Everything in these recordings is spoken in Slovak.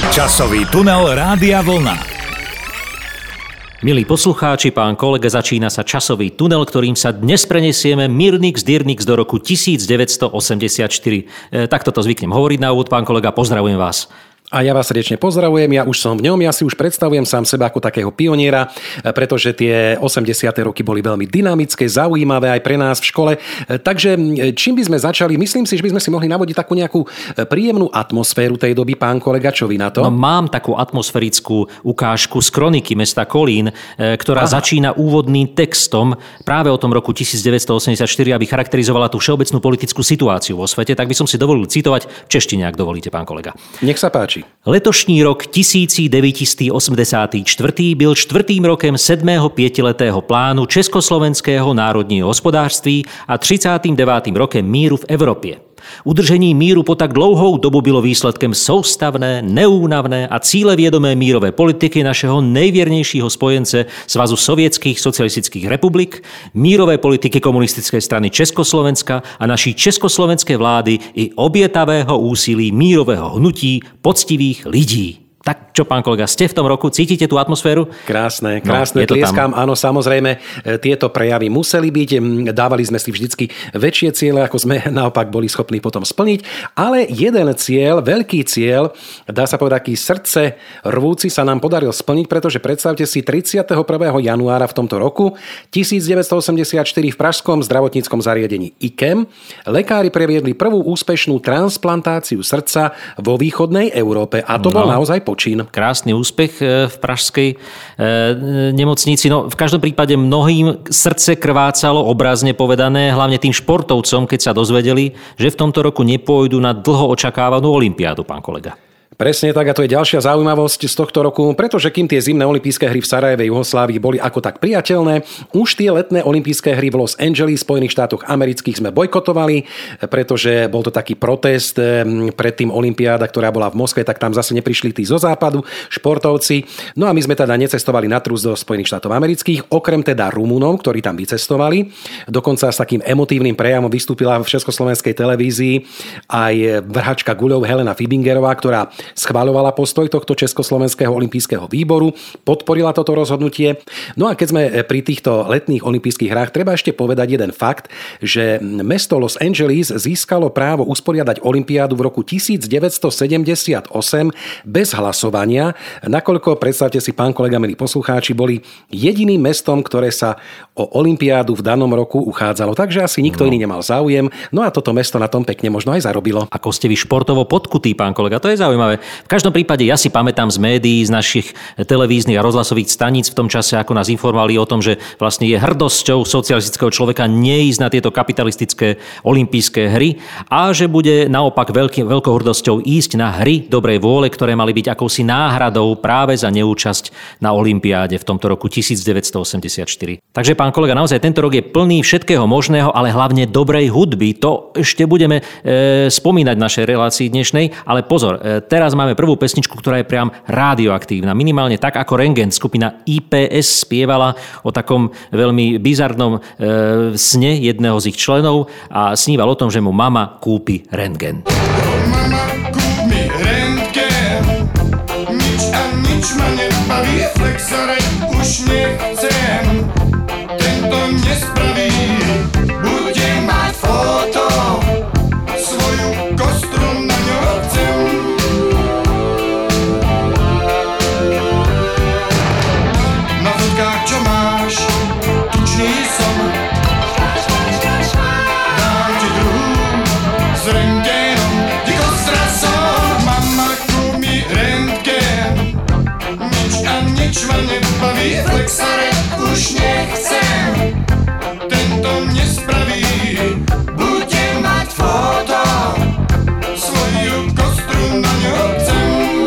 Časový tunel Rádia Vlna. Milí poslucháči, pán kolega, začína sa časový tunel, ktorým sa dnes prenesieme Myrnix do roku 1984. Takto to zvyknem hovoriť na úvod, pán kolega, pozdravujem vás. A ja vás srdečne pozdravujem, ja už som v ňom, ja si už predstavujem sám seba ako takého pioniera, pretože tie 80. roky boli veľmi dynamické, zaujímavé aj pre nás v škole. Takže čím by sme začali, myslím si, že by sme si mohli navodiť takú nejakú príjemnú atmosféru tej doby, pán kolega, čo vy na to? No, mám takú atmosférickú ukážku z kroniky mesta Kolín, ktorá začína úvodným textom práve o tom roku 1984, aby charakterizovala tú všeobecnú politickú situáciu vo svete, tak by som si dovolil citovať v češtine, ak dovolíte, pán kolega. Nech sa páči. Letošní rok 1984 byl čtvrtým rokem 7. pětiletého plánu Československého národního hospodářství a 39. rokem míru v Evropě. Udržení míru po tak dlouhou dobu bylo výsledkem soustavné, neúnavné a cílevědomé mírové politiky našeho nejvěrnějšího spojence Svazu sovětských socialistických republik, mírové politiky komunistické strany Československa a naší československé vlády i obětavého úsilí mírového hnutí poctivých lidí. Tak čo, pán kolega, ste v tom roku? Cítite tú atmosféru? Krásne, tlieskam. Áno, samozrejme, tieto prejavy museli byť. Dávali sme si vždycky väčšie ciele, ako sme naopak boli schopní potom splniť. Ale jeden cieľ, veľký cieľ, dá sa povedať, aký srdce rvúci sa nám podaril splniť, pretože predstavte si 31. januára v tomto roku 1984 v pražskom zdravotníckom zariadení IKEM lekári previedli prvú úspešnú transplantáciu srdca vo východnej Európe. A to bol naozaj počín. Krásny úspech v pražskej nemocnici. No, v každom prípade mnohým srdce krvácalo, obrazne povedané, hlavne tým športovcom, keď sa dozvedeli, že v tomto roku nepôjdu na dlho očakávanú olympiádu, pán kolega. Presne tak, a to je ďalšia zaujímavosť z tohto roku, pretože kým tie zimné olympijské hry v Sarajeve, Juhoslávii boli ako tak priateľné, už tie letné olympijské hry v Los Angeles, Spojených štátoch amerických sme bojkotovali, pretože bol to taký protest pred tým olympiáda, ktorá bola v Moskve, tak tam zase neprišli tí zo západu športovci. No a my sme teda necestovali na trús do Spojených štátov amerických, okrem teda Rumunov, ktorí tam vycestovali. Dokonca s takým emotívnym prejavom vystúpila v československej televízii aj vrhačka guľov Helena Fibingerová, ktorá schvaľovala postoj tohto Československého olympijského výboru, podporila toto rozhodnutie. No a keď sme pri týchto letných olympijských hrách, treba ešte povedať jeden fakt, že mesto Los Angeles získalo právo usporiadať olympiádu v roku 1978 bez hlasovania, nakoľko, predstavte si, pán kolega, milí poslucháči, boli jediným mestom, ktoré sa o olympiádu v danom roku uchádzalo. Takže asi nikto iný nemal záujem. No a toto mesto na tom pekne možno aj zarobilo. Ako ste vy športovo podkutý, pán kolega, to je zaujímavé. V každom prípade ja si pamätám z médií, z našich televíznych a rozhlasových staníc v tom čase, ako nás informovali o tom, že vlastne je hrdosťou socialistického človeka neísť na tieto kapitalistické olympijské hry a že bude naopak veľkou hrdosťou ísť na hry dobrej vôle, ktoré mali byť akousi náhradou práve za neúčasť na olympiáde v tomto roku 1984. Takže, pán kolega, naozaj tento rok je plný všetkého možného, ale hlavne dobrej hudby. To ešte budeme spomínať v našej relácii dnešnej, ale pozor, teraz máme prvú pesničku, ktorá je priam rádioaktívna. Minimálne tak, ako Rentgen, skupina IPS spievala o takom veľmi bizarnom sne jedného z ich členov a sníval o tom, že mu mama kúpi Rentgen. Mama, kúp mi Rentgen, nič a nič ma nebaví, Flexare už nechcem, tento nespraví, budem mať foto, svoju kostru na ňo chcem. Na fotkách, čo máš, tučný som, dám ti druhú s rentgenom, ty kostra som. Mama, kúp mi Rentgen, nič a nič ma nebaví, Flexare už nechcem, tento nespraví, budem mať foto, svoju kostru na ňo chcem.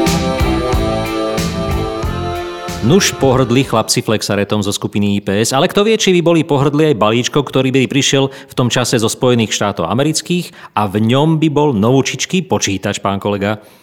Nuž pohrdli chlapci Flexaretom zo skupiny IPS, ale kto vie, či by boli pohrdli aj balíčko, ktorý by prišiel v tom čase zo Spojených štátov amerických a v ňom by bol novúčičký počítač, pán kolega.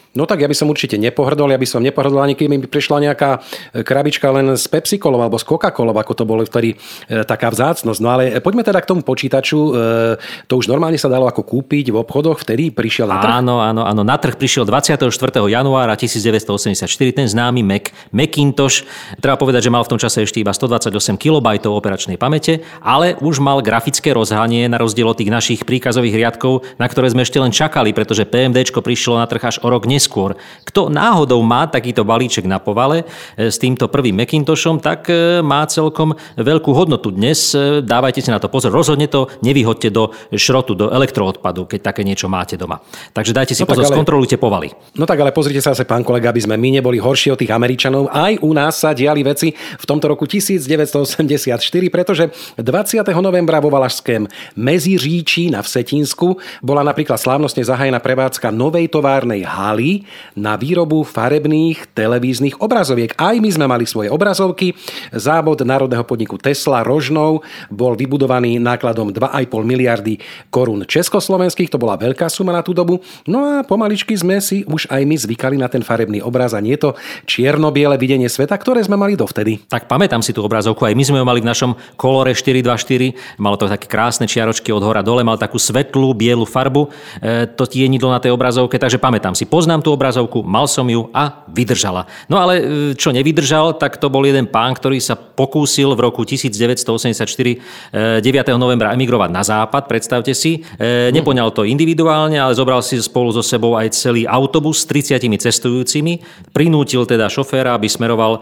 No tak ja by som určite nepohrdol, ani keby mi prišla nejaká krabička len z Pepsi-kolov alebo z Coca-Colov, ako to bolo vtedy taká vzácnosť. No ale poďme teda k tomu počítaču. To už normálne sa dalo ako kúpiť v obchodoch, vtedy prišiel na trh? Áno, na trh prišiel 24. januára 1984 ten známy Macintosh. Treba povedať, že mal v tom čase ešte iba 128 KB operačnej pamäte, ale už mal grafické rozhranie na rozdiel od tých našich príkazových riadkov, na ktoré sme ešte len čakali, pretože PMDčko prišlo na trh až o rok neskôr. Kto náhodou má takýto balíček na povale s týmto prvým Macintoshom, tak má celkom veľkú hodnotu dnes. Dávajte si na to pozor. Rozhodne to nevyhoďte do šrotu, do elektroodpadu, keď také niečo máte doma. Takže dajte si pozor, skontrolujte povaly. No tak ale pozrite sa zase, pán kolega, aby sme my neboli horší od tých Američanov. Aj u nás sa diali veci v tomto roku 1984, pretože 20. novembra vo Valašském Meziříčí na Vsetínsku bola napríklad slávnostne zahájená prevádzka novej továrnej haly na výrobu farebných televíznych obrazoviek. Aj my sme mali svoje obrazovky. Závod národného podniku Tesla Rožnov bol vybudovaný nákladom 2,5 miliardy korún československých. To bola veľká suma na tú dobu. No a pomaličky sme si už aj my zvykali na ten farebný obraz a nie to čierno-biele videnie sveta, ktoré sme mali dovtedy. Tak pamätám si tú obrazovku, aj my sme ju mali v našom Colore 424. Malo to také krásne čiaročky od hora dole, mal takú svetlú bielu farbu, to tienidlo na tej obrazovke, takže pamätám si, poznám tú obrazovku, mal som ju a vydržala. No ale čo nevydržal, tak to bol jeden pán, ktorý sa pokúsil v roku 1984 9. novembra emigrovať na západ, predstavte si. Nepoňal to individuálne, ale zobral si spolu so sebou aj celý autobus s 30 cestujúcimi. Prinútil teda šoféra, aby smeroval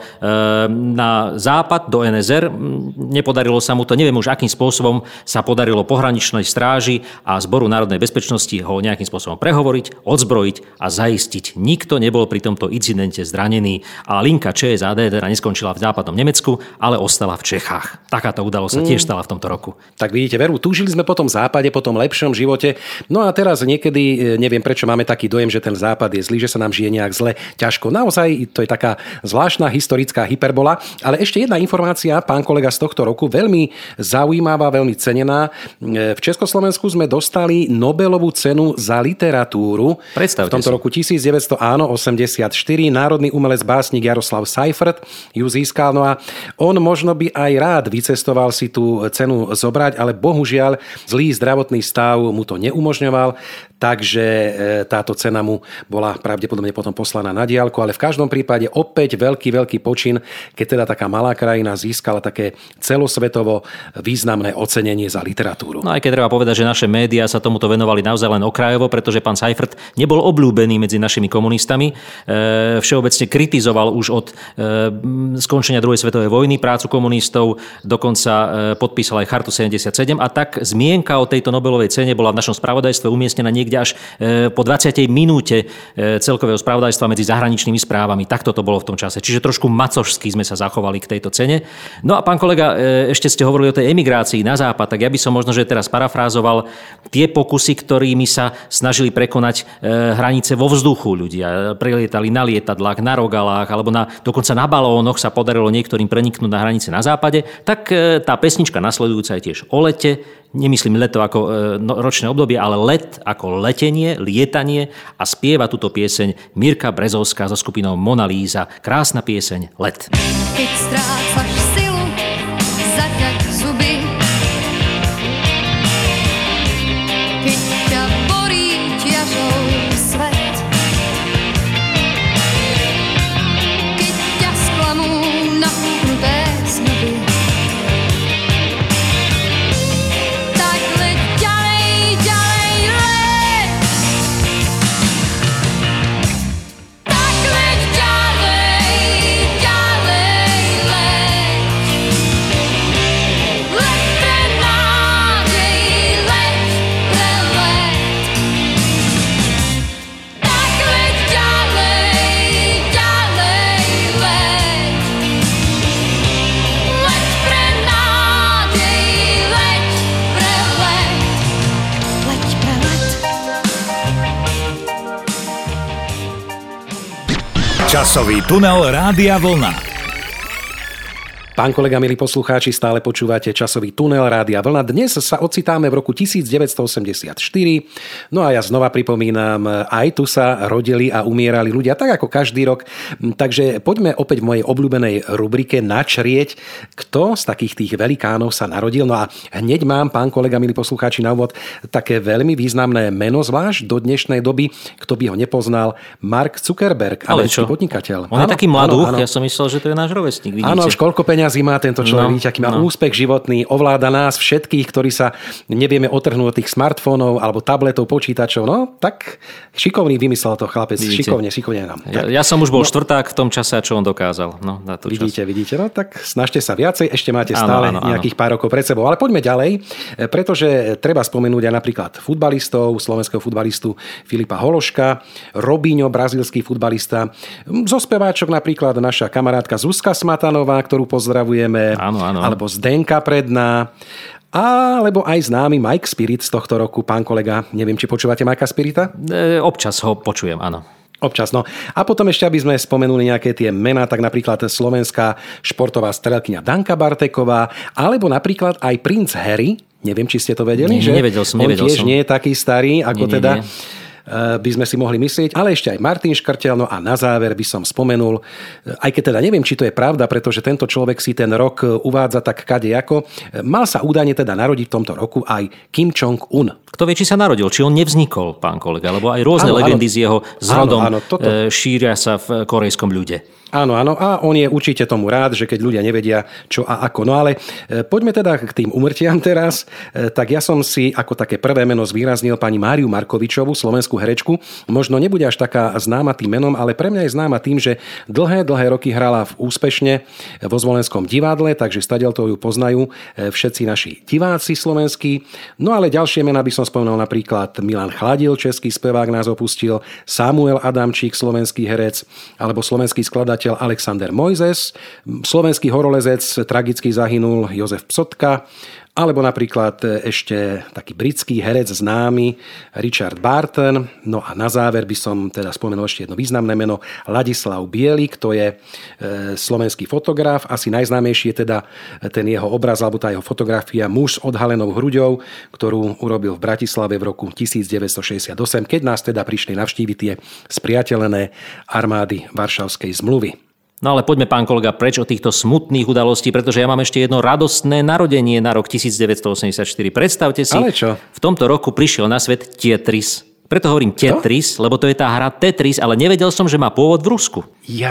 na západ do NSR. Nepodarilo sa mu to, neviem už akým spôsobom sa podarilo pohraničnej stráži a Zboru národnej bezpečnosti ho nejakým spôsobom prehovoriť, odzbrojiť a zaistiť. Nikto nebol pri tomto incidente zranený a linka ČSAD teda neskončila v západnom Nemecku, ale ostala v Čechách. Takáto udalosť sa tiež stala v tomto roku. Tak vidíte, veru, túžili sme po tom západe, po tom lepšom živote. No a teraz niekedy, neviem prečo máme taký dojem, že ten západ je zlý, že sa nám žije nejak zle, ťažko. Naozaj to je taká zvláštna historická hyperbola. Ale ešte jedna informácia, pán kolega, z tohto roku, veľmi zaujímavá, veľmi cenená. V Československu sme dostali Nobelovú cenu za literatúru. Predstavte v tomto roku 1984 národný umelec básnik Jaroslav Seifert ju získal. No a on možno by aj rád vycestoval si tú cenu zobrať, ale bohužiaľ zlý zdravotný stav mu to neumožňoval, takže táto cena mu bola pravdepodobne potom poslaná na diaľku, ale v každom prípade opäť veľký počin, keď teda taká malá krajina získala také celosvetovo významné ocenenie za literatúru. No aj keď treba povedať, že naše médiá sa tomuto venovali naozaj len okrajovo, pretože pán Seifert nebol obľúbený medzi našimi komunistami. Všeobecne kritizoval už od skončenia druhej svetovej vojny prácu komunistov, dokonca podpísal aj Chartu 77 a tak zmienka o tejto Nobelovej cene bola v našom spravodajstve umiestnená niekde až po 20. minúte celkového spravodajstva medzi zahraničnými správami. Takto to bolo v tom čase. Čiže trošku macošsky sme sa zachovali k tejto cene. No a pán kolega, ešte ste hovorili o tej emigrácii na západ, tak ja by som možno, že teraz parafrázoval tie pokusy, ktorými sa snažili prekonať hranice vo vzduchu ľudia. Prelietali na lietadlách, na rogalách, alebo dokonca na balónoch sa podarilo niektorým preniknúť na hranice na západe. Tak tá pesnička nasledujúca je tiež o lete. Nemyslím leto ako ročné obdobie, ale let ako letenie, lietanie a spieva túto pieseň Mirka Brezovská so skupinou Mona Lisa. Krásna pieseň Let. Keď strácaš silu, zaťať zuby, keď ťa borí ťažou svet, keď ťa sklamú napnuté snuby, tak leď ďalej, leď. Tak leď ďalej, leď. Leď pre nádej, leď pre let. Tak leď ďalej, leď. Leď pre nádej, leď pre let. Leď pre let. Časový tunel Rádia Vlna. Pán kolega, milí poslucháči, stále počúvate časový tunel Rádia Vlna. Dnes sa ocitáme v roku 1984. No a ja znova pripomínam, aj tu sa rodili a umierali ľudia, tak ako každý rok. Takže poďme opäť v mojej obľúbenej rubrike načrieť, kto z takých tých velikánov sa narodil. No a hneď mám, pán kolega, milí poslucháči, na úvod také veľmi významné meno, zvlášť do dnešnej doby, kto by ho nepoznal, Mark Zuckerberg, americký podnikateľ. On je taký mladúch, ja som myslel, že to je náš rovesník, vidíte. Áno, už koľko peňazí má tento človek, vidíte, aký má úspech životný, ovláda nás všetkých, ktorí sa nevieme otrhnúť od tých smartfónov alebo tabletov, počítačov. No, tak šikovný vymyslel to chlapec, šikovne nám. Ja som už bol štvrták v tom čase, čo on dokázal. No, na tú vidíte, no tak snažte sa viacej, ešte máte stále nejakých pár rokov pred sebou. Ale poďme ďalej, pretože treba spomenúť aj napríklad futbalistov, slovenského futbalistu Filipa Hološka, Robinho, brazílsky futbalista, zo speváčok napríklad naša kamarátka Zuzka Smatanová, ktorú pozdravujeme, alebo Zdenka Predná, alebo aj známy Mike Spirit z tohto roku. Pán kolega, neviem, či počúvate Mikea Spirita? Občas ho počujem, áno. Občas, no. A potom ešte, aby sme spomenuli nejaké tie mená, tak napríklad slovenská športová strelkyňa Danka Barteková, alebo napríklad aj princ Harry. Neviem, či ste to vedeli, že nevedel som. On tiež nie je taký starý, ako nie. By sme si mohli myslieť, ale ešte aj Martin Škrtel. No a na záver by som spomenul, aj keď teda neviem, či to je pravda, pretože tento človek si ten rok uvádza tak kadejako, mal sa údajne teda narodiť v tomto roku aj Kim Jong-un. Kto vie, či sa narodil, či on nevznikol, pán kolega, lebo aj rôzne legendy s jeho zrodom šíria sa v korejskom ľude. Áno, a on je určite tomu rád, že keď ľudia nevedia čo a ako. No ale poďme teda k tým úmrtiam teraz. Tak ja som si ako také prvé meno zvýraznil pani Máriu Markovičovú, slovenskú herečku. Možno nebude až taká známa tým menom, ale pre mňa je známa tým, že dlhé roky hrala úspešne vo Zvolenskom divadle, takže stadiaľto ju poznajú všetci naši diváci slovenskí. No ale ďalšie mená by som spomenul napríklad Milan Chladil, český spevák, nás opustil, Samuel Adamčík, slovenský herec, alebo slovenský skladateľ Alexander Mojzes, slovenský horolezec, tragicky zahynul Jozef Psotka, alebo napríklad ešte taký britský herec známy Richard Barton. No a na záver by som teda spomenul ešte jedno významné meno, Ladislav Bielik, to je slovenský fotograf, asi najznámejší je teda ten jeho obraz, alebo tá jeho fotografia Muž s odhalenou hruďou, ktorú urobil v Bratislave v roku 1968, keď nás teda prišli navštíviť tie spriateľené armády Varšavskej zmluvy. No ale poďme, pán kolega, preč od týchto smutných udalostí, pretože ja mám ešte jedno radostné narodenie na rok 1984. Predstavte si, v tomto roku prišiel na svet Tetris. Preto hovorím Tetris, lebo to je tá hra Tetris, ale nevedel som, že má pôvod v Rusku.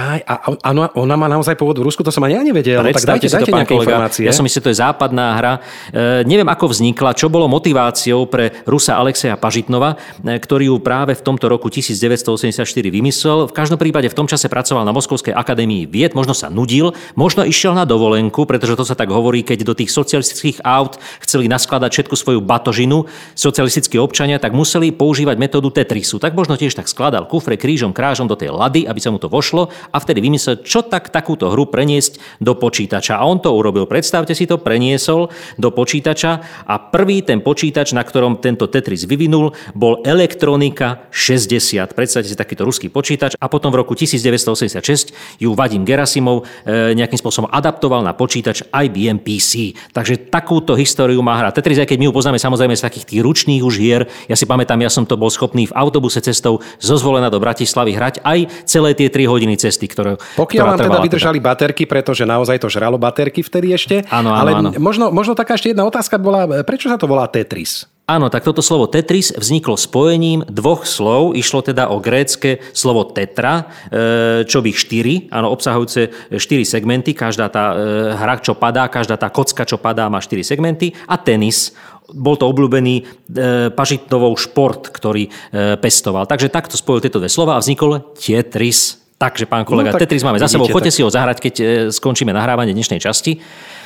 Ona má naozaj pôvod v Rusku, to som ani ja nevedel. No, tak dajte nejaké informácie. Ja som myslel, že to je západná hra. Neviem, ako vznikla, čo bolo motiváciou pre Rusa Alexeja Pažitnova, ktorý ju práve v tomto roku 1984 vymyslel. V každom prípade v tom čase pracoval na Moskovskej akadémii vied, možno sa nudil, možno išiel na dovolenku, pretože to sa tak hovorí, keď do tých socialistických aut chceli naskladať všetku svoju batožinu socialistickí občania, tak museli používať metódu Tetrisu. Tak možno tiež tak skladal kufre krížom krážom do tej lady, aby sa mu to vošlo a vtedy vymyslel, čo takúto hru preniesť do počítača. A on to urobil. Predstavte si to, preniesol do počítača a prvý ten počítač, na ktorom tento Tetris vyvinul, bol Elektronika 60. Predstavte si takýto ruský počítač a potom v roku 1986 ju Vadim Gerasimov nejakým spôsobom adaptoval na počítač IBM PC. Takže takúto históriu má hra Tetris, aj keď my ju poznáme samozrejme z takých tých ručných už hier. Ja si pamätám, ja som to bol schopný v autobuse cestou zo Zvolena do Bratislavy hrať aj celé tie 3 hodiny cesty, pokiaľ vám teda vydržali baterky, pretože naozaj to žralo baterky vtedy ešte. Áno. Možno taká ešte jedna otázka bola, prečo sa to volá Tetris? Áno, tak toto slovo Tetris vzniklo spojením dvoch slov. Išlo teda o grécke slovo tetra, čo by 4, áno, obsahujúce 4 segmenty. Každá tá hra, čo padá, každá tá kocka, čo padá, má 4 segmenty. A tenis. Bol to obľúbený Pažitnovou šport, ktorý pestoval. Takže takto spojil tieto dve slova a vznikol Tetris. Takže, pán kolega, Tetris máme za sebou. Choďte si ho zahrať, keď skončíme nahrávanie dnešnej časti.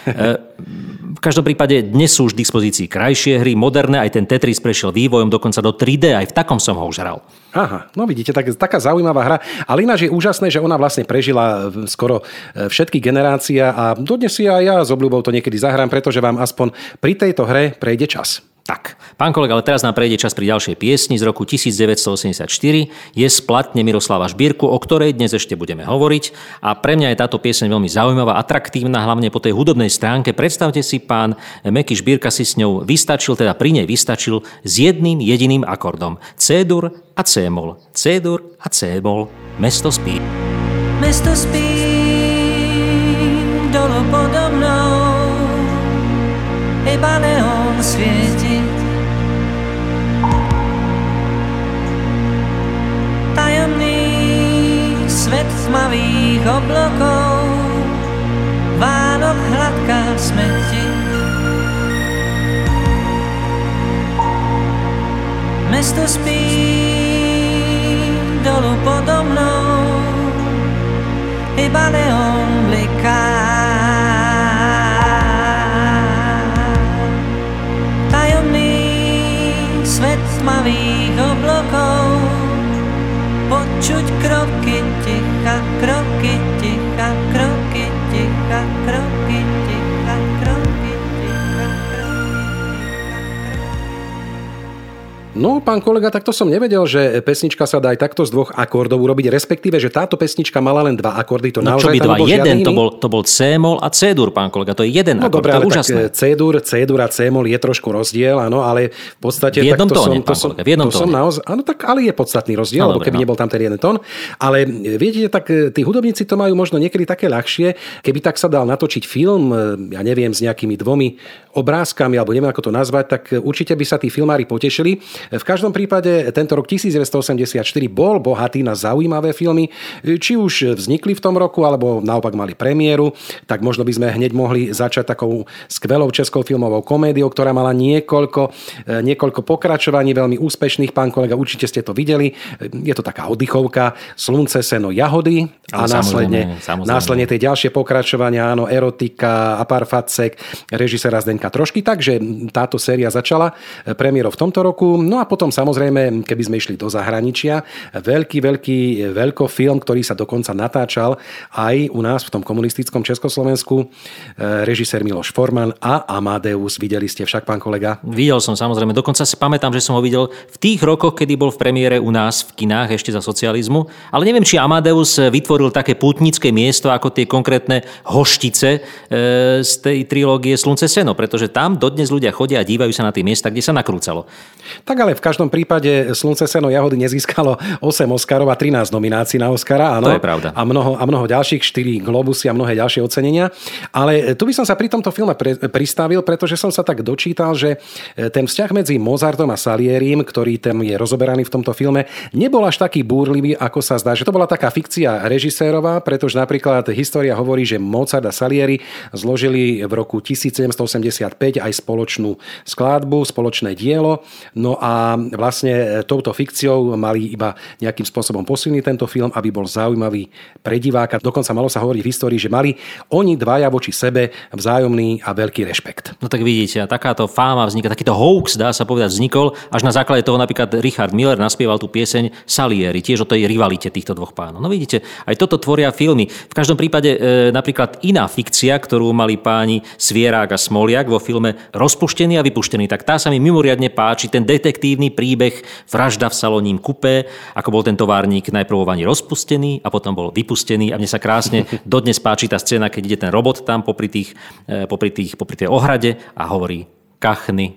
V každom prípade dnes sú už v dispozícii krajšie hry, moderné, aj ten Tetris prešiel vývojom dokonca do 3D, aj v takom som ho už hral. Aha, no vidíte, taká zaujímavá hra. Ale ináč je úžasné, že ona vlastne prežila skoro všetky generácie a dodnes si aj ja s obľubou to niekedy zahrám, pretože vám aspoň pri tejto hre prejde čas. Tak, pán kolega, ale teraz nám prejde čas pri ďalšej piesni z roku 1984. Je splatne Miroslava Žbírku, o ktorej dnes ešte budeme hovoriť. A pre mňa je táto pieseň veľmi zaujímavá, atraktívna, hlavne po tej hudobnej stránke. Predstavte si, pán Meky Žbírka si s ňou vystačil, teda pri nej vystačil s jedným jediným akordom. C-dur a C-mol. C-dur a C-mol. Mesto spí. Mesto spí dolu podo mnou, iba neon svieti. Tajomný svet tmavých oblokov, Vánok hladká smeti. Mesto spí dolu podo mnou, iba neon bliká. Svet tmavých oblokov, počuť kroky ticha, kroky ticha, kroky ticha, kroky ticha, kroky ticha, kroky ticha. No, pán kolega, tak to som nevedel, že pesnička sa dá aj takto z dvoch akordov urobiť, respektíve, že táto pesnička mala len dva akordy. To no naozaj čo by dva? Jeden, to bol C-mol a C-dur, pán kolega, to je jeden no, akord, dobre, to je ale úžasné. C-dur a C-mol je trošku rozdiel, áno, ale v podstate... V jednom tóne, pán kolega, v jednom tóne. Áno, tak ale je podstatný rozdiel, no, lebo keby nebol tam ten jeden tón. Ale viete, tak tí hudobníci to majú možno niekedy také ľahšie, keby tak sa dal natočiť film, ja neviem, s nejakými dvomi obrázkami, alebo neviem, ako to nazvať, tak určite by sa tí filmári potešili. V každom prípade tento rok 1984 bol bohatý na zaujímavé filmy, či už vznikli v tom roku, alebo naopak mali premiéru, tak možno by sme hneď mohli začať takou skvelou českou filmovou komédiou, ktorá mala niekoľko pokračovaní veľmi úspešných. Pán kolega, určite ste to videli. Je to taká oddychovka Slunce, seno, jahody a následne tie ďalšie pokračovania, áno, Erotika, Aparfacek, režisera Zdenka Trošky. Takže táto séria začala premiérou v tomto roku. No a potom samozrejme, keby sme išli do zahraničia, veľkofilm, ktorý sa dokonca natáčal aj u nás v tom komunistickom Československu, režisér Miloš Forman a Amadeus. Videli ste však, pán kolega? Videl som, samozrejme. Dokonca si pamätám, že som ho videl v tých rokoch, kedy bol v premiére u nás v kinách ešte za socializmu. Ale neviem, či Amadeus vytvoril také pútnické miesto ako tie konkrétne hoštice z tej trilógie Slunce, seno, pretože tam dodnes ľudia chodia a dívajú sa na tie miesta, kde sa nakrúcalo. Tak ale v každom prípade Slunce, seno, jahody nezískalo 8 Oscarov a 13 nominácií na Oscara, áno. To je pravda. A mnoho ďalších, 4 Globusy a mnohé ďalšie ocenenia. Ale tu by som sa pri tomto filme pristavil, pretože som sa tak dočítal, že ten vzťah medzi Mozartom a Salierim, ktorý tam je rozoberaný v tomto filme, nebol až taký búrlivý, ako sa zdá. Že to bola taká fikcia režisérová, pretože napríklad história hovorí, že Mozart a Salieri zložili v roku 1785 aj spoločnú skladbu, spoločné dielo. No a vlastne touto fikciou mali iba nejakým spôsobom posilniť tento film, aby bol zaujímavý pre diváka. Dokonca malo sa hovoriť v histórii, že mali oni dvaja voči sebe vzájomný a veľký rešpekt. No tak vidíte, takáto fáma vzniká, takýto hoax, dá sa povedať, vznikol, až na základe toho napríklad Richard Miller naspieval tú pieseň Salieri, tiež o tej rivalite týchto dvoch pánov. No vidíte, aj toto tvoria filmy. V každom prípade napríklad iná fikcia, ktorú mali páni Svierák a Smoliak vo filme Rozpuštený a vypuštený, tak tá sa mi mimoriadne páči, ten detektívny príbeh Vražda v salónnom kupé, ako bol ten továrnik najprv rozpustený a potom bol vypustený a mne sa krásne dodnes páči tá scéna, keď ide ten robot tam popri tej ohrade a hovorí kachny.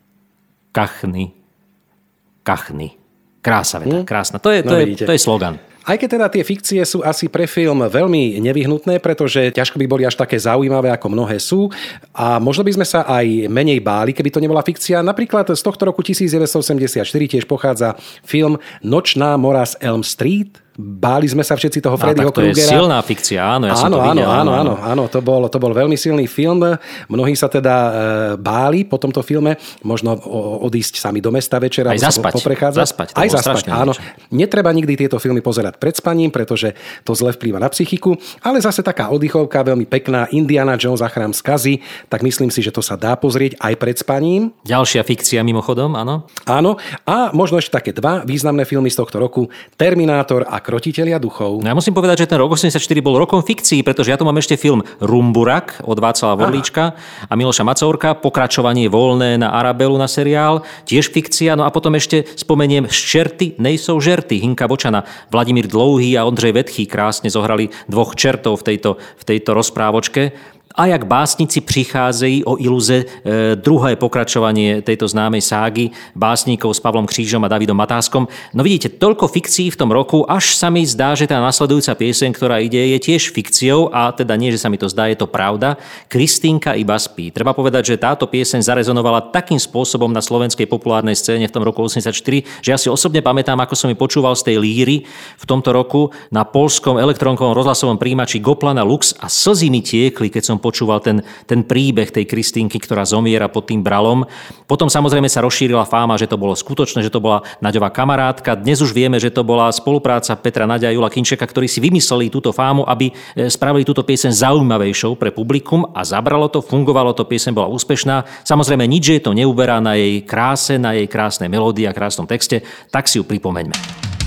Krása veta, krásna. To je slogan. Aj keď teda tie fikcie sú asi pre film veľmi nevyhnutné, pretože ťažko by boli až také zaujímavé, ako mnohé sú. A možno by sme sa aj menej báli, keby to nebola fikcia. Napríklad z tohto roku 1984 tiež pochádza film Nočná mora z Elm Street. Báli sme sa všetci toho Freddyho Krugera. To je silná fikcia, áno, ja som to videl. Áno, to bol veľmi silný film. Mnohí sa teda báli po tomto filme možno odísť sami do mesta večer aj poprechádzať. Aj zaspať, áno. Netreba nikdy tieto filmy pozerať pred spaním, pretože to zle vplýva na psychiku, ale zase taká oddychovka veľmi pekná, Indiana Jones a chrám skazy, tak myslím si, že to sa dá pozrieť aj pred spaním. Ďalšia fikcia mimochodom, áno. Áno, a možno ešte také dva významné filmy z tohto roku, Terminátor a Krotitelia duchov. No ja musím povedať, že ten rok 84 bol rokom fikcií, pretože ja tu mám ešte film Rumburak od Václava Vorlíčka a Miloša Macourka, pokračovanie Voľné na Arabelu na seriál, tiež fikcia, no a potom ešte spomeniem Ščerty nejsou žerty, Hinka Bočana, Vladimír Dlouhý a Ondřej Vetchý krásne zohrali dvoch čertov v tejto rozprávočke. A jak básnici přicházejí o iluze, druhé pokračovanie tejto známej ságy básnikov s Pavlom Křížom a Davidom Matáskom. No vidíte, toľko fikcií v tom roku, až sa mi zdá, že tá nasledujúca pieseň, ktorá ide, je tiež fikciou a teda nie, že sa mi to zdá, je to pravda. Kristýnka iba spí. Treba povedať, že táto pieseň zarezonovala takým spôsobom na slovenskej populárnej scéne v tom roku 84, že ja si osobne pamätám, ako som ju počúval z tej líry v tomto roku na poľskom elektronkovom rozhlasovom príjimači Goplana Lux a slzy mi tiekli, keď som počúval ten príbeh tej Kristýnky, ktorá zomiera pod tým bralom. Potom samozrejme sa rozšírila fáma, že to bolo skutočné, že to bola Naďová kamarátka. Dnes už vieme, že to bola spolupráca Petra Naďa a Jula Kinčeka, ktorí si vymysleli túto fámu, aby spravili túto pieseň zaujímavejšou pre publikum a zabralo to, fungovalo to, pieseň bola úspešná. Samozrejme nič je to neuberá na jej kráse, na jej krásnej melódii a krásnom texte, tak si ju pripomeňme.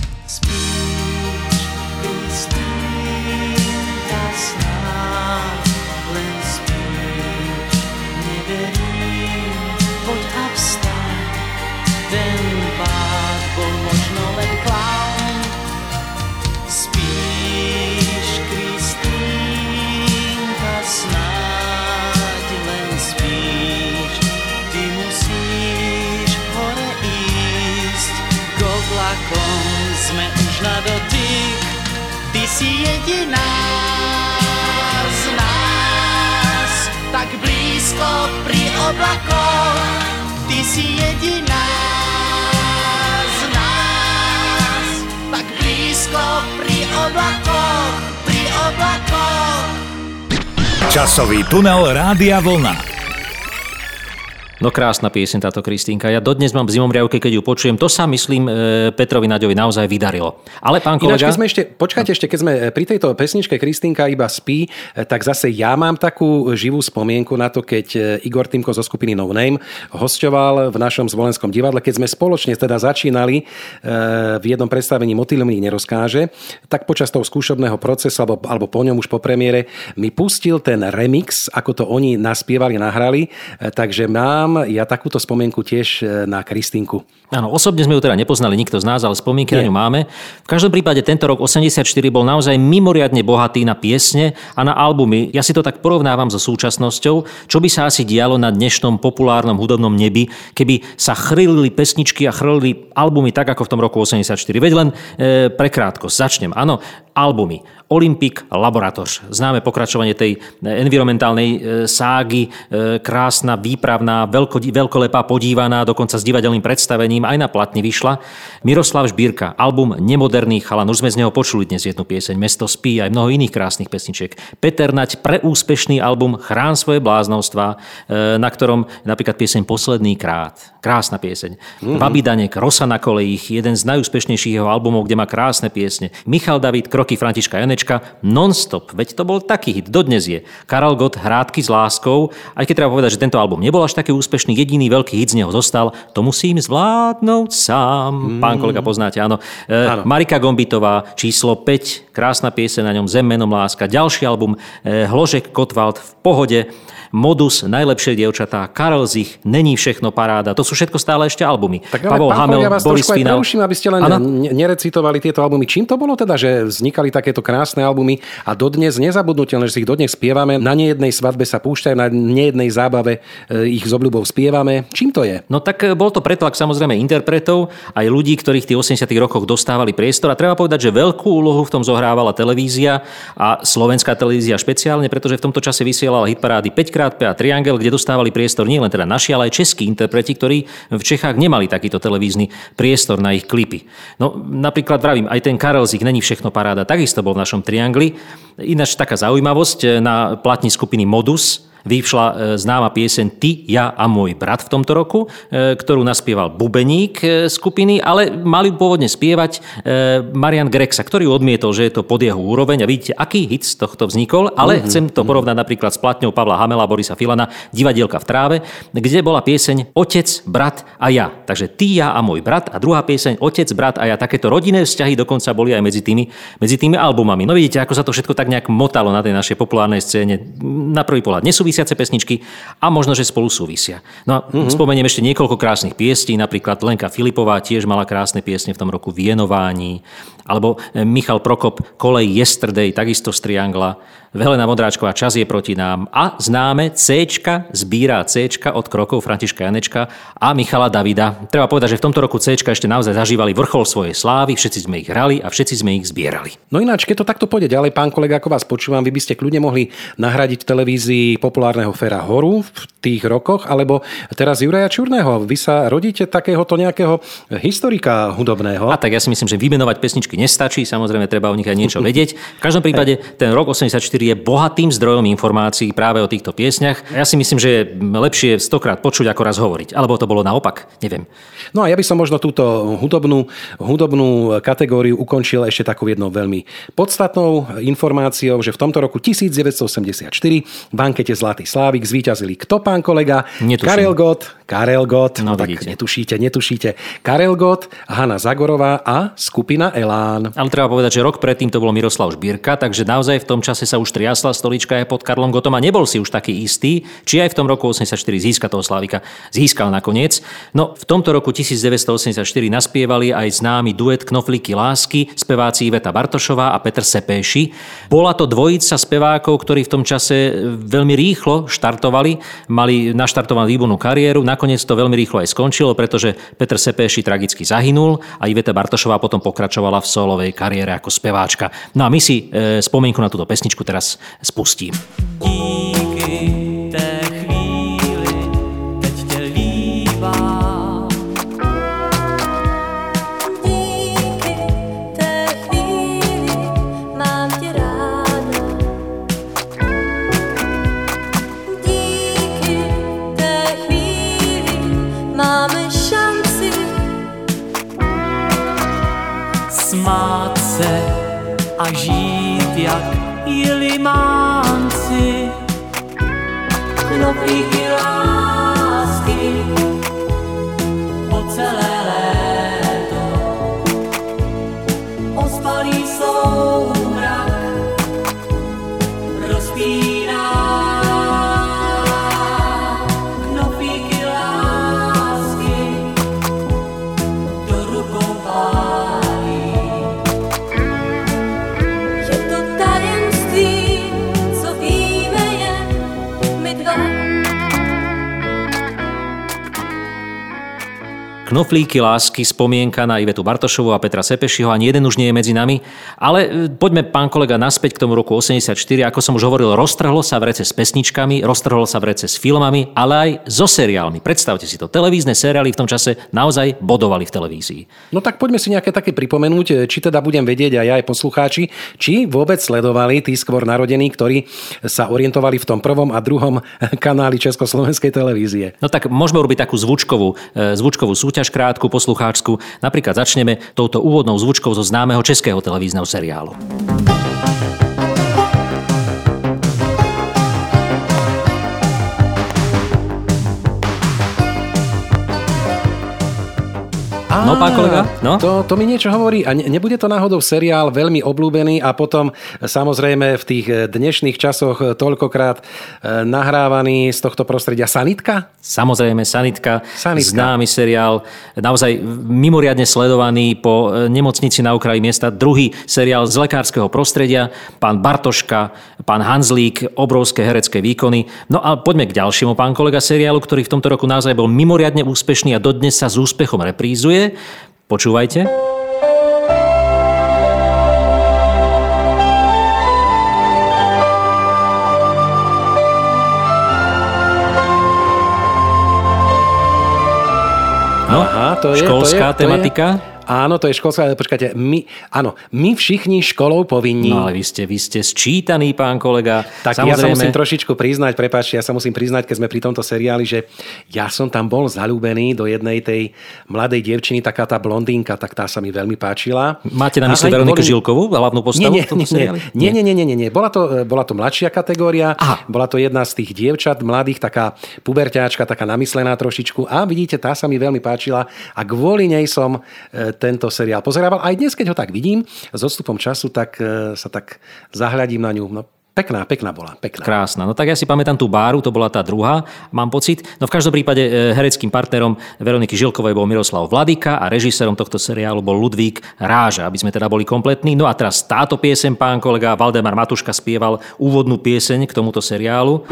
Ty si jediná z nás, tak blízko pri oblakoch. Ty si jediná z nás, tak blízko pri oblakoch, pri oblakoch. Časový tunel Rádia Vlna. No krásna pieseň táto Kristýnka. Ja dodnes mám v zimomriavke, keď ju počujem. To sa, myslím, Petrovi Naďovi naozaj vydarilo. Ale pán kolega... Ináč, keď sme pri tejto pesničke Kristýnka iba spí, tak zase ja mám takú živú spomienku na to, keď Igor Týmko zo skupiny No Name hosťoval v našom Zvolenskom divadle, keď sme spoločne teda začínali v jednom predstavení Motýl mi nerozkáže, tak počas toho skúšobného procesu, alebo po ňom už po premiére, mi pustil ten remix, ako to oni naspievali, nahrali, takže mám ja takúto spomienku tiež na Kristýnku. Áno, osobne sme ju teda nepoznali nikto z nás, ale spomienky na ňu máme. V každom prípade tento rok 84 bol naozaj mimoriadne bohatý na piesne a na albumy. Ja si to tak porovnávam so súčasnosťou, čo by sa asi dialo na dnešnom populárnom hudobnom nebi, keby sa chrlili pesničky a chrlili albumy tak, ako v tom roku 84. Veď len pre krátkosť. Začnem. Áno, albumy. Olympic Laboratoř. Známe pokračovanie tej environmentálnej ságy, krásna, výpravná, veľkolepá, podívaná, dokonca s divadelným predstavením, aj na platni vyšla. Miroslav Žbírka, album Nemoderný chalan, už sme z neho počuli dnes jednu pieseň, Mesto spí, aj mnoho iných krásnych pesničiek. Peter Naď, preúspešný album Chrán svoje bláznovstvá, na ktorom napríklad pieseň Posledný krát. Krásna pieseň. Babi Danek, Rosa na kolejích, jeden z najúspešnejších jeho albumov, kde má krásne piesne. Michal David, Kroky Františka Janečka, Non-stop, veď to bol taký hit, dodnes je. Karel Gott, Hrádky s láskou, aj keď treba povedať, že tento album nebol až taký úspešný, jediný veľký hit z neho zostal, To musím zvládnout sám. Pán kolega poznáte, áno. Marika Gombitová, číslo 5, krásna pieseň na ňom, Zem menom láska. Ďalší album, Hložek Kotwald, V pohode. Modus, Najlepšie dievčatá, Karel Zich, Není všechno paráda. To sú všetko stále ešte albumy. Tak ale Pavol Hamel, ja vás Boris trošku aj Finál. preruším, aby ste len nerecitovali tieto albumy. Čím to bolo teda, že vznikali takéto krásne albumy a dodnes nezabudnutelné, že si ich dodnes spievame, na nejednej svadbe sa púšťajú, na nejednej zábave ich s obľubou spievame. Čím to je? No tak bol to pretlak samozrejme interpretov, aj ľudí, ktorých v tých 80. rokoch dostávali priestor. A treba povedať, že veľkú úlohu v tom zohrávala televízia a slovenská televízia špeciálne, pretože v tomto čase vysielala hitparády 5x5 a Triangel, kde dostávali priestor nie len teda naši, ale aj českí interpreti, ktorí v Čechách nemali takýto televízny priestor na ich klipy. No napríklad vravím, aj ten Karel Zich, Není všechno paráda, takisto bol v našom Triangli. Ináč taká zaujímavosť, na platni skupiny Modus vyšla známa pieseň Ty, ja a môj brat v tomto roku, ktorú naspieval bubeník skupiny, ale mali pôvodne spievať Marian Grexa, ktorý odmietol, že je to pod jeho úroveň a vidíte, aký hit z tohto vznikol, ale chcem to porovnať napríklad s platňou Pavla Hamela, Borisa Filana, Divadielka v tráve, kde bola pieseň Otec, brat a ja. Takže Ty, ja a môj brat a druhá pieseň Otec, brat a ja. Takéto rodinné vzťahy dokonca boli aj medzi tými albumami. No vidíte, ako sa to všetko tak nejak motalo na tej našej populárnej scéne. Na prvý pohľad nesúvisiace pesničky a možno, že spolu súvisia. No a spomeniem ešte niekoľko krásnych piesní, napríklad Lenka Filipová tiež mala krásne piesne v tom roku Vienování, alebo Michal Prokop Kolej Yesterday, takisto z Triangla, Helena Modráčková Čas je proti nám a známe Cčka zbírá Cčka od krokov Františka Janečka a Michala Davida. Treba povedať, že v tomto roku Cčka ešte naozaj zažívali vrchol svojej slávy, všetci sme ich hrali a všetci sme ich zbierali. No ináč, keď to takto pôjde ďalej, pán kolega, ako vás počúvam, vy by ste kľudne mohli nahradiť v televízii populárneho Fera Horu v tých rokoch, alebo teraz Juraja Čurného. Vy sa rodíte takéhoto nejakého historika hudobného. A tak ja si myslím, že vymenovať pesničky nestačí, samozrejme treba o nich aj niečo vedieť. V každom prípade ten rok 84 je bohatým zdrojom informácií práve o týchto piesňach. Ja si myslím, že je lepšie 100-krát počuť, ako raz hovoriť. Alebo to bolo naopak, neviem. No a ja by som možno túto hudobnú kategóriu ukončil ešte takou jednou veľmi podstatnou informáciou, že v tomto roku 1984 v ankete Zlatý Slávik zvíťazili kto, pán kolega? Netuším. Karel Gott. No, tak netušíte. Karel Gott, Hanna Zagorová a skupina Elán. Ale treba povedať, že rok predtým to bol Miroslav Žbírka, takže naozaj v tom čase sa už triasla stolička aj pod Karlom Gottom a nebol si už taký istý, či aj v tom roku 84 získa toho Slávika. Získal nakoniec. No v tomto roku 1984 naspievali aj známy duet Knoflíky lásky, speváci Iveta Bartošová a Petr Sepéši. Bola to dvojica spevákov, ktorí v tom čase veľmi rýchlo štartovali, mali naštartovanú výbornú kariéru. Nakoniec to veľmi rýchlo aj skončilo, pretože Petr Sepéši tragicky zahynul a Iveta Bartošová potom pokračovala v solovej kariére ako speváčka. No a my si spomienku na túto pesničku teraz spustím. Díky té chvíli, teď tě líbám. Díky té chvíli mám tě ráda. Díky té chvíli máme šanci Smát se a žít jak jelimánci. Knoflíky lásky po celé léto. Ospalý soumrak rozpíná. Knoflíky lásky do rukou pálí. Je to tajemství, co víme jen my dva. Knoflíky lásky, spomienka na Ivetu Bartošovú a Petra Sepešiho, ani jeden už nie je medzi nami. Ale poďme, pán kolega, naspäť k tomu roku 84. Ako som už hovoril, roztrhlo sa vrece s pesničkami, roztrhlo sa vrece s filmami, ale aj so seriálmi. Predstavte si to, televízne seriály v tom čase naozaj bodovali v televízii. No tak poďme si nejaké také pripomenúť, či teda budem vedieť aj ja aj poslucháči, či vôbec sledovali tí skôr narodení, ktorí sa orientovali v tom prvom a druhom kanáli Československej televízie. No tak môžeme urobiť takú zvučkovú súťaž, krátku, poslucháčsku. Napríklad začneme touto úvodnou zvučkou zo známeho českého televízneho seriálu. No, pán kolega? No? To mi niečo hovorí. A nebude to náhodou seriál veľmi obľúbený a potom samozrejme v tých dnešných časoch toľkokrát nahrávaný z tohto prostredia Sanitka? Samozrejme, Sanitka. Známy seriál, naozaj mimoriadne sledovaný po Nemocnici na okraji miesta. Druhý seriál z lekárskeho prostredia. Pán Bartoška, pán Hanzlík, obrovské herecké výkony. No a poďme k ďalšiemu, pán kolega, seriálu, ktorý v tomto roku naozaj bol mimoriadne úspešný a dodnes sa s úspechom reprízuje. Počúvajte. No, aha, školská tematika. Áno, to je školská, počkajte, my všichni školou povinní. No ale vy ste sčítaný, pán kolega. Tak ja sa musím trošičku priznať, keď sme pri tomto seriáli, že ja som tam bol zaľúbený do jednej tej mladej dievčiny, taká tá blondínka, tak tá sa mi veľmi páčila. Máte na mysli Veroniku Žilkovú, hlavnú postavu v tomto seriáli? Nie. Bola to mladšia kategória, bola to jedna z tých dievčat mladých, taká puberťáčka, taká namyslená trošičku a vidíte, tá sa mi veľmi páčila a kvôli nej som tento seriál pozerával. Aj dnes, keď ho tak vidím, s odstupom času, tak sa tak zahľadím na ňu. No, pekná bola. Krásna. No tak ja si pamätám tú Báru, to bola tá druhá, mám pocit. No v každom prípade hereckým partnerom Veroniky Žilkovej bol Miroslav Vladyka a režisérom tohto seriálu bol Ludvík Ráža, aby sme teda boli kompletní. No a teraz táto pieseň, pán kolega Valdemar Matuška spieval úvodnú pieseň k tomuto seriálu.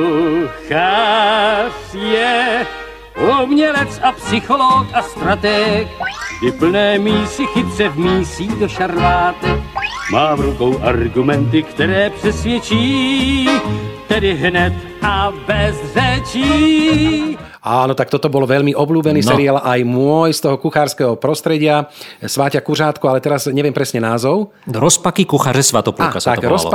Kuchař je umělec a psycholog a strateg, je plné mísy chytře vmísí do šarvátek. Má v rukou argumenty, které přesvědčí, tedy hned a bez řečí. Áno, tak toto bol veľmi obľúbený seriál aj môj z toho kuchárskeho prostredia. Sváťa Kuřátko, ale teraz neviem presne názov. Rozpaky kuchaře Svatopluka sa to volalo.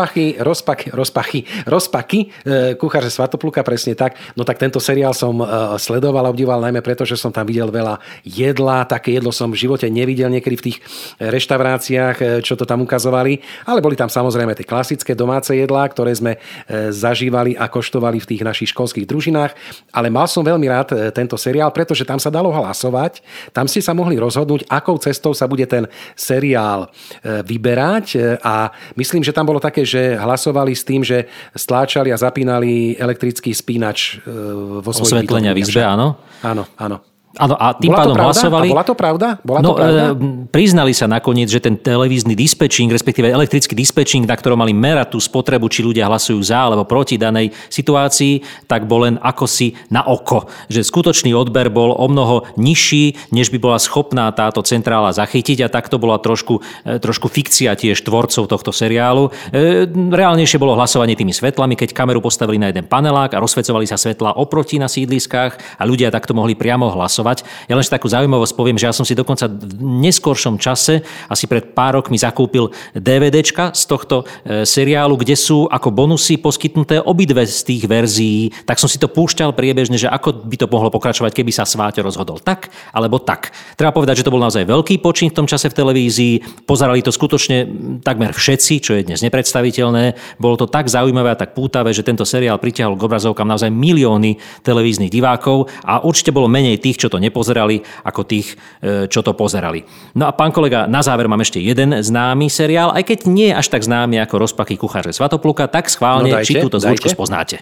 Rozpaky kuchaře Svatopluka, presne tak. No tak tento seriál som sledoval a obdivoval najmä preto, že som tam videl veľa jedla. Také jedlo som v živote nevidel niekedy v tých reštauráciách, čo to tam ukazovali. Ale boli tam samozrejme tie klasické domáce jedlá, ktoré sme zažívali a koštovali v tých našich školských družinách. Ale mal som veľmi rád tento seriál, pretože tam sa dalo hlasovať. Tam ste sa mohli rozhodnúť, akou cestou sa bude ten seriál vyberať a myslím, že tam bolo také, že hlasovali s tým, že stláčali a zapínali elektrický spínač vo svojich osvetlenia v izbe, áno? Áno. Áno, a tým pádom hlasovali. A bola to pravda? Priznali sa nakoniec, že ten televízny dispečing, respektíve elektrický dispečing, na ktorom mali merať tú spotrebu, či ľudia hlasujú za alebo proti danej situácii, tak bol len akosi na oko. Že skutočný odber bol omnoho nižší, než by bola schopná táto centrála zachytiť a tak to bola trošku fikcia tiež tvorcov tohto seriálu. Reálnejšie bolo hlasovanie tými svetlami, keď kameru postavili na jeden panelák a rozsvecovali sa svetlá oproti na sídliskách a ľudia takto mohli priamo hlasovať. Ja len takú zaujímavosť poviem, že ja som si dokonca v neskoršom čase, asi pred pár rokmi zakúpil DVDčka z tohto seriálu, kde sú ako bonusy poskytnuté obidve z tých verzií. Tak som si to púšťal priebežne, že ako by to mohlo pokračovať, keby sa Sváťo rozhodol tak, alebo tak. Treba povedať, že to bol naozaj veľký počin v tom čase v televízii. Pozerali to skutočne takmer všetci, čo je dnes nepredstaviteľné. Bolo to tak zaujímavé a tak pútavé, že tento seriál pritiahol k obrazovkám naozaj milióny televíznych divákov a určite bolo menej tých, čo to nepozerali, ako tých, čo to pozerali. No a pán kolega, na záver mám ešte jeden známy seriál, aj keď nie až tak známy ako Rozpaky kuchaře Svatopluka, tak schválne, či túto zvučku spoznáte.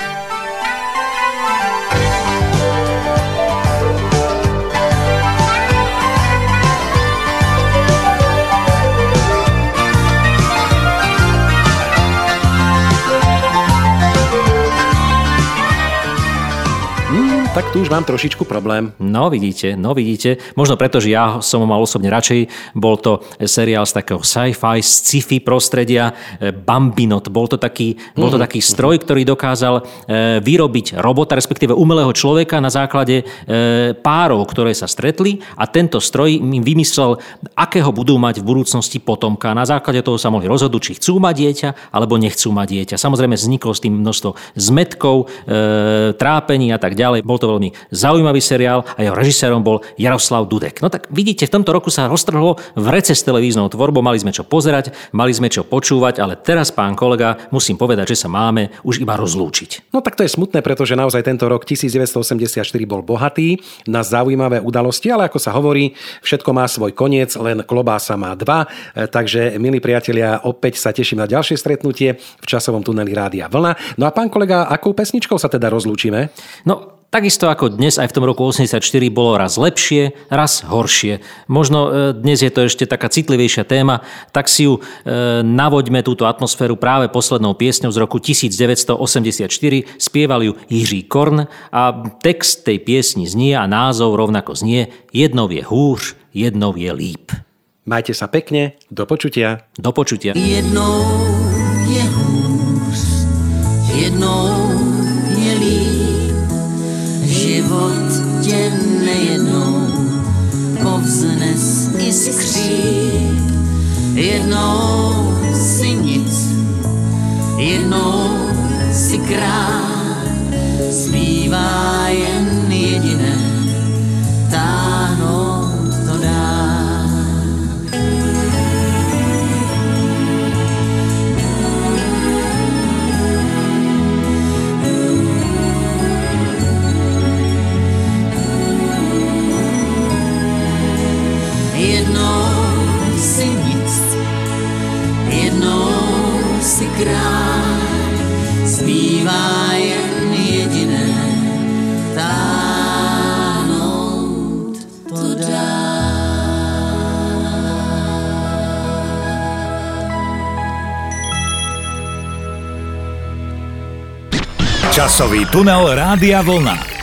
Tak tu už mám trošičku problém. No vidíte. Možno preto, že ja som ho mal osobne radšej. Bol to seriál z takého sci-fi, sci-fi prostredia. Bambinot. Bol to taký stroj, ktorý dokázal vyrobiť robota, respektíve umelého človeka na základe párov, ktoré sa stretli a tento stroj im vymyslel, akého budú mať v budúcnosti potomka. Na základe toho sa mohli rozhodnúť, či chcú mať dieťa, alebo nechcú mať dieťa. Samozrejme vzniklo s tým množstvo zmätkov, trápení a tak ďalej. Bol to veľmi zaujímavý seriál a jeho režisérom bol Jaroslav Dudek. No tak vidíte, v tomto roku sa roztrhlo vrece s televíznou tvorbou, mali sme čo pozerať, mali sme čo počúvať, ale teraz, pán kolega, musím povedať, že sa máme už iba rozlúčiť. No tak to je smutné, pretože naozaj tento rok 1984 bol bohatý na zaujímavé udalosti, ale ako sa hovorí, všetko má svoj koniec, len klobása má dva. Takže, milí priatelia, opäť sa teším na ďalšie stretnutie v časovom tuneli Rádia Vlna. No a pán kolega, akou pesničkou sa teda rozlúčime? No, takisto ako dnes, aj v tom roku 84 bolo raz lepšie, raz horšie. Možno dnes je to ešte taká citlivejšia téma, tak si ju navoďme túto atmosféru práve poslednou piesňou z roku 1984. Spieval ju Jiří Korn a text tej piesni znie a názov rovnako znie Jednou je húř, jednou je líp. Majte sa pekne, do počutia. Do počutia. Jednou je hůř, jednou je líp. Život tě nejednou povznes i jednou si král, zbývá jen jediné, táhnout to dál. Jednou si nic, jednou si král, zbývá jen jediné, táhnout to dál. Časový tunel Rádia Vlna.